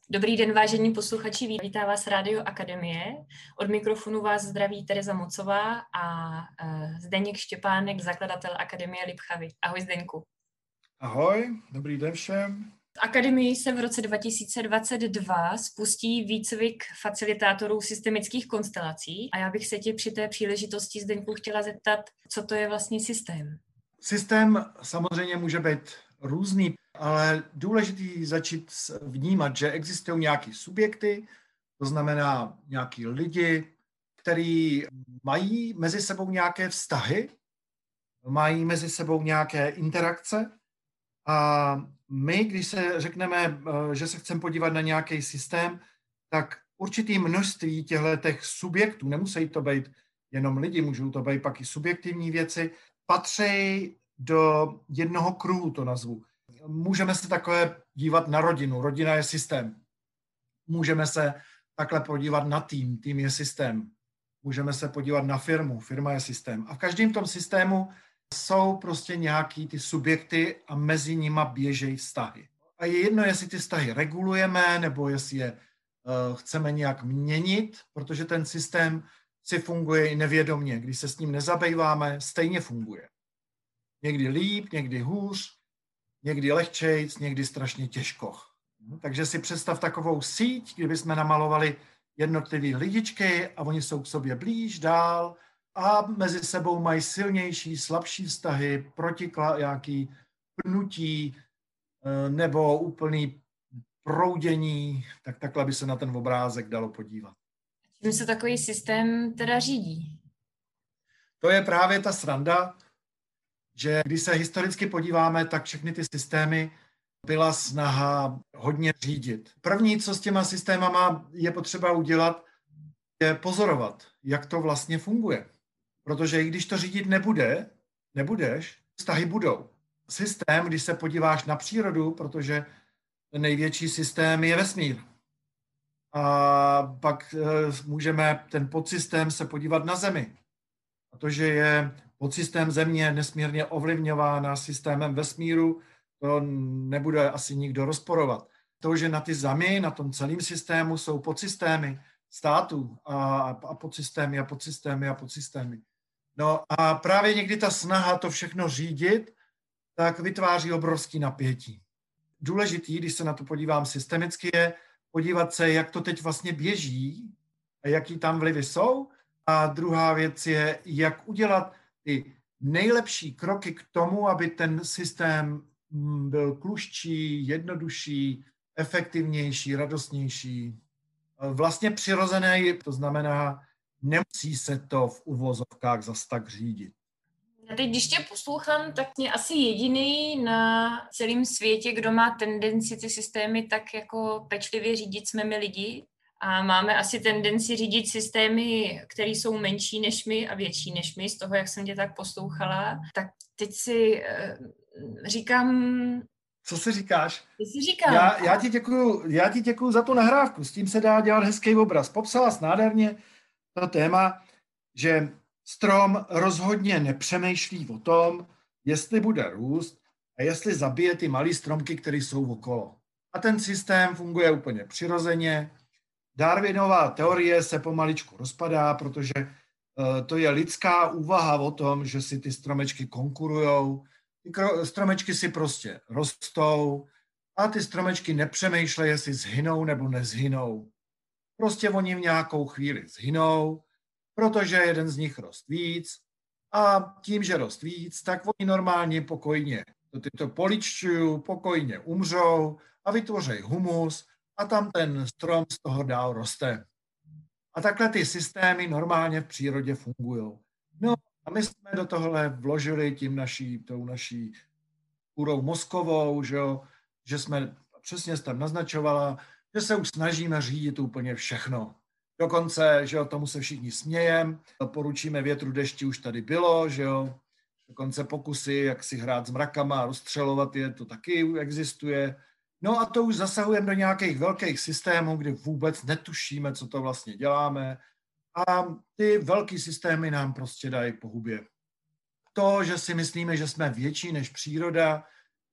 Dobrý den, vážení posluchači, vítá vás Rádio Akademie. Od mikrofonu vás zdraví Tereza Mocová a Zdeněk Štěpánek, zakladatel Akademie Lipchavy. Ahoj Zdeňku. Ahoj, dobrý den všem. V Akademii se v roce 2022 spustí výcvik facilitátorů systemických konstelací a já bych se tě při té příležitosti, Zdeňku, chtěla zeptat, co to je vlastně systém? Systém samozřejmě může být různý, ale důležitý začít vnímat, že existují nějaké subjekty, to znamená nějaký lidi, kteří mají mezi sebou nějaké vztahy, mají mezi sebou nějaké interakce a my, když se řekneme, že se chceme podívat na nějaký systém, tak určitý množství těchto subjektů, nemusí to být jenom lidi, můžou to být pak i subjektivní věci, patří do jednoho kruhu, to nazvu. Můžeme se takhle dívat na rodinu. Rodina je systém. Můžeme se takhle podívat na tým. Tým je systém. Můžeme se podívat na firmu. Firma je systém. A v každém tom systému jsou prostě nějaký ty subjekty a mezi nima běžejí vztahy. A je jedno, jestli ty vztahy regulujeme, nebo jestli je chceme nějak měnit, protože ten systém si funguje i nevědomě. Když se s ním nezabýváme, stejně funguje. Někdy líp, někdy hůř, někdy lehčejc, někdy strašně těžko. Takže si představ takovou síť, kdyby jsme namalovali jednotlivý lidičky a oni jsou k sobě blíž, dál a mezi sebou mají silnější, slabší vztahy, nějaký pnutí nebo úplný proudění, tak takhle by se na ten obrázek dalo podívat. Čím se takový systém teda řídí? To je právě ta sranda, že když se historicky podíváme, tak všechny ty systémy byla snaha hodně řídit. První, co s těma systémama je potřeba udělat, je pozorovat, jak to vlastně funguje. Protože i když to řídit nebudeš, vztahy budou. Systém, když se podíváš na přírodu, protože ten největší systém je vesmír. A pak můžeme ten podsystém se podívat na Zemi. Protože je podsystém Země nesmírně ovlivňována systémem vesmíru, to nebude asi nikdo rozporovat. To, že na ty Zemi, na tom celém systému jsou podsystémy států a podsystémy a podsystémy a podsystémy. No a právě někdy ta snaha to všechno řídit, tak vytváří obrovský napětí. Důležitý, když se na to podívám systemicky, je podívat se, jak to teď vlastně běží a jaký tam vlivy jsou. A druhá věc je, jak udělat ty nejlepší kroky k tomu, aby ten systém byl klužší, jednodušší, efektivnější, radostnější, vlastně přirozený, to znamená, nemusí se to v uvozovkách zas tak řídit. Teď, když tě poslouchám, tak mě asi jediný na celém světě, kdo má tendenci ty systémy tak jako pečlivě řídit, jsme my lidi. A máme asi tendenci řídit systémy, které jsou menší než my a větší než my, z toho, jak jsem tě tak poslouchala. Tak teď si říkám... Co si říkáš? Ty si říkám. Já ti děkuju za tu nahrávku, s tím se dá dělat hezký obraz. Popsala jsi nádherně to téma, že strom rozhodně nepřemýšlí o tom, jestli bude růst a jestli zabije ty malé stromky, které jsou okolo. A ten systém funguje úplně přirozeně. Darwinová teorie se pomaličku rozpadá, protože to je lidská úvaha o tom, že si ty stromečky konkurujou. Ty stromečky si prostě rostou a ty stromečky nepřemýšlejí, jestli zhynou nebo nezhynou. Prostě oni v nějakou chvíli zhynou, protože jeden z nich rost víc a tím, že rost víc, tak oni normálně pokojně tyto poličťují, pokojně umřou a vytvoří humus a tam ten strom z toho dál roste. A takhle ty systémy normálně v přírodě fungují. No a my jsme do tohle vložili tou naší kůrou mozkovou, že jsme, přesně tam naznačovala, že se už snažíme řídit úplně všechno. Dokonce, že tomu se všichni smějeme, poručíme větru, dešti už tady bylo, že jo. Dokonce pokusy, jak si hrát s mrakama a rozstřelovat je, to taky existuje. No a to už zasahujeme do nějakých velkých systémů, kde vůbec netušíme, co to vlastně děláme. A ty velký systémy nám prostě dají po hubě. To, že si myslíme, že jsme větší než příroda,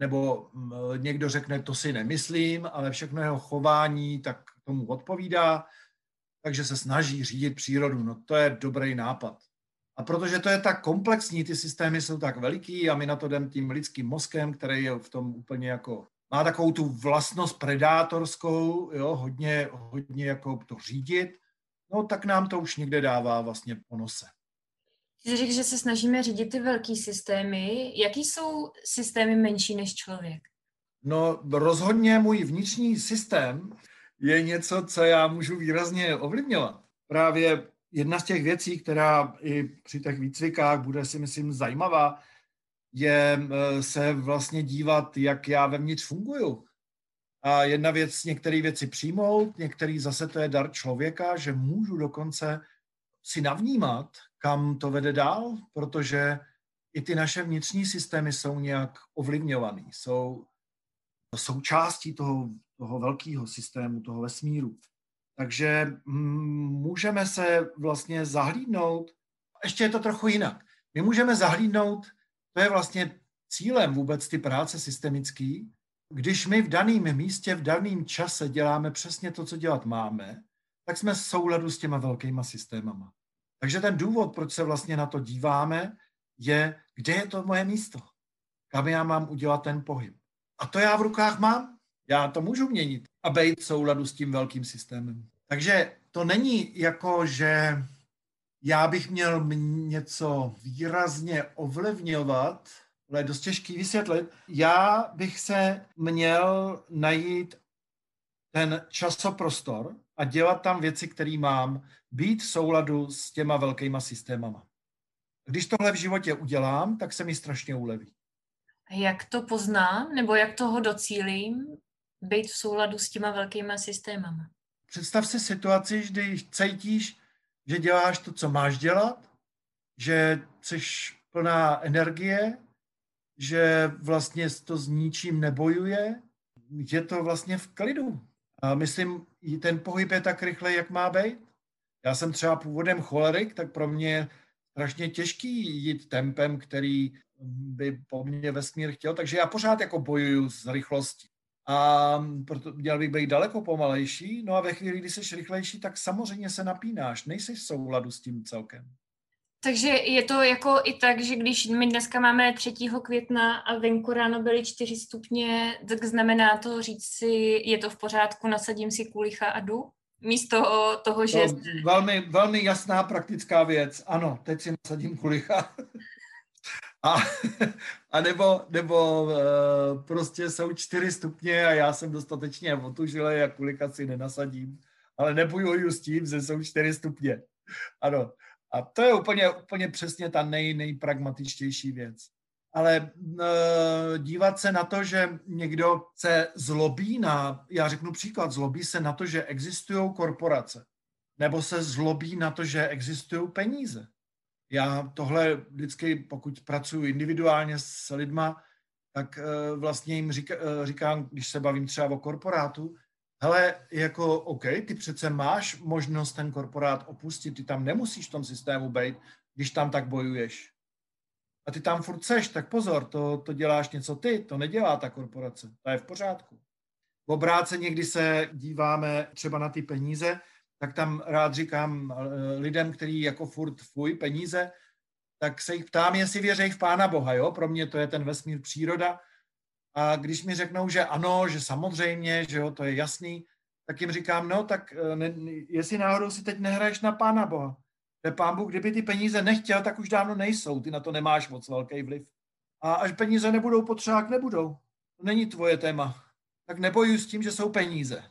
nebo někdo řekne, to si nemyslím, ale všechno jeho chování tak tomu odpovídá, takže se snaží řídit přírodu. No to je dobrý nápad. A protože to je tak komplexní, ty systémy jsou tak veliký a my na to jdeme tím lidským mozkem, který je v tom úplně jako, má takovou tu vlastnost predátorskou, jo, hodně jako to řídit, no tak nám to už někde dává vlastně po nose. Ty řekl, že se snažíme řídit ty velký systémy. Jaký jsou systémy menší než člověk? No rozhodně můj vnitřní systém je něco, co já můžu výrazně ovlivňovat. Právě jedna z těch věcí, která i při těch výcvikách bude, si myslím, zajímavá, je se vlastně dívat, jak já vevnitř funguju. A jedna věc, některé věci přijmout, některý zase to je dar člověka, že můžu dokonce si navnímat, kam to vede dál, protože i ty naše vnitřní systémy jsou nějak ovlivňovaný, jsou součástí toho velkého systému, toho vesmíru. Takže můžeme se vlastně zahlídnout, ještě je to trochu jinak. My můžeme zahlídnout, to je vlastně cílem vůbec ty práce systemický, když my v daném místě, v daném čase děláme přesně to, co dělat máme, tak jsme v souladu s těma velkýma systémama. Takže ten důvod, proč se vlastně na to díváme, je, kde je to moje místo, kam já mám udělat ten pohyb. A to já v rukách mám, já to můžu měnit a být v souladu s tím velkým systémem. Takže to není jako, že já bych měl něco výrazně ovlivňovat, ale je dost těžký vysvětlit. Já bych se měl najít ten časoprostor a dělat tam věci, které mám, být v souladu s těma velkýma systémama. Když tohle v životě udělám, tak se mi strašně uleví. Jak to poznám, nebo jak toho docílím, být v souladu s těma velkýma systémama? Představ si situaci, když cítíš, že děláš to, co máš dělat, že jsi plná energie, že vlastně to s ničím nebojuje, je to vlastně v klidu. A myslím, ten pohyb je tak rychle, jak má být. Já jsem třeba původem cholerik, tak pro mě je strašně těžký jít tempem, který by po mně vesmír chtěl, takže já pořád jako bojuju s rychlostí. A proto měl bych být daleko pomalejší, no a ve chvíli, kdy jsi rychlejší, tak samozřejmě se napínáš, nejsi v souladu s tím celkem. Takže je to jako i tak, že když my dneska máme 3. května a venku ráno byly 4 stupně, tak znamená to říct si, je to v pořádku, nasadím si kulicha a jdu? Místo toho, že... Velmi, velmi jasná praktická věc. Ano, teď si nasadím kulicha. A nebo prostě jsou 4 stupně a já jsem dostatečně otužilej a kulika si nenasadím. Ale nebojuju s tím, že jsou 4 stupně. Ano. A to je úplně přesně ta nejpragmatičtější věc. Ale dívat se na to, že někdo se zlobí já řeknu příklad, zlobí se na to, že existují korporace. Nebo se zlobí na to, že existují peníze. Já tohle vždycky, pokud pracuji individuálně s lidma, tak vlastně jim říkám, když se bavím třeba o korporátu, hele, jako OK, ty přece máš možnost ten korporát opustit, ty tam nemusíš v tom systému být, když tam tak bojuješ. A ty tam furt seš, tak pozor, to děláš něco ty, to nedělá ta korporace, to je v pořádku. V obráceně, kdy se díváme třeba na ty peníze, tak tam rád říkám lidem, kteří jako furt peníze, tak se jich ptám, jestli věří v Pána Boha, jo? Pro mě to je ten vesmír, příroda. A když mi řeknou, že ano, že samozřejmě, že jo, to je jasný, tak jim říkám, no tak jestli náhodou si teď nehraješ na Pána Boha. Že Pán Bůh, kdyby ty peníze nechtěl, tak už dávno nejsou, ty na to nemáš moc velký vliv. A až peníze nebudou potřeba, nebudou. To není tvoje téma. Tak nebojuj s tím, že jsou peníze.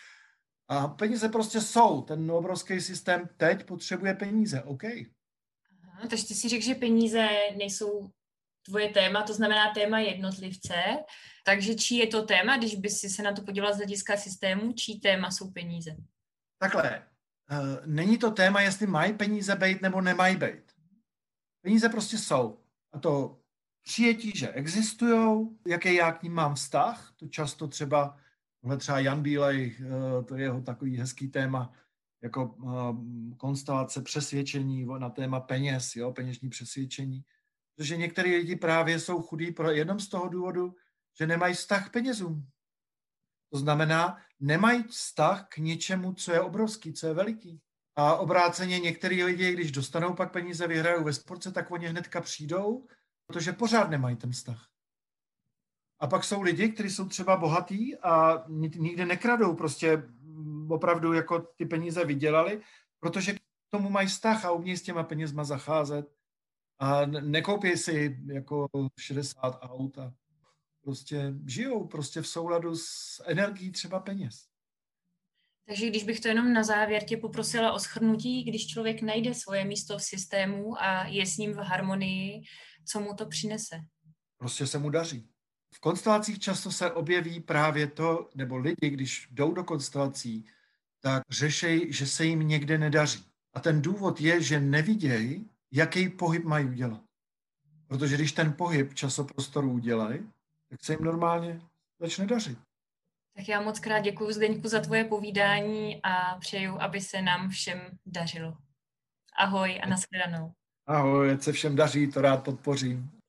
A peníze prostě jsou. Ten obrovský systém teď potřebuje peníze. OK. Aha, takže ty si řekl, že peníze nejsou tvoje téma, to znamená téma jednotlivce. Takže čí je to téma, když bys si se na to podíval z hlediska systému, čí téma jsou peníze? Takhle. Není to téma, jestli mají peníze být nebo nemají být. Peníze prostě jsou. A to přijetí, že existují, jaký já k ním mám vztah, to často třeba Jan Bílej, to je jeho takový hezký téma, jako konstelace přesvědčení na téma peněz, jo, peněžní přesvědčení. Protože některý lidi právě jsou chudí jenom z toho důvodu, že nemají vztah k penězům. To znamená, nemají vztah k něčemu, co je obrovský, co je veliký. A obráceně některý lidi, když dostanou pak peníze, vyhrajou ve sportce, tak oni hnedka přijdou, protože pořád nemají ten vztah. A pak jsou lidi, kteří jsou třeba bohatí a nikde nekradou, prostě opravdu jako ty peníze vydělali, protože k tomu mají vztah a umějí s těma penězma zacházet. A nekoupí si jako 60 aut a prostě žijou prostě v souladu s energií třeba peněz. Takže když bych to jenom na závěr tě poprosila o shrnutí, když člověk najde svoje místo v systému a je s ním v harmonii, co mu to přinese? Prostě se mu daří. V konstelacích často se objeví právě to, nebo lidi, když jdou do konstelací, tak řešejí, že se jim někde nedaří. A ten důvod je, že nevidějí, jaký pohyb mají udělat. Protože když ten pohyb časoprostoru udělají, tak se jim normálně začne dařit. Tak já moc krát děkuji, Zdeňku, za tvoje povídání a přeju, aby se nám všem dařilo. Ahoj a nashledanou. Ahoj, ať se všem daří, to rád podpořím.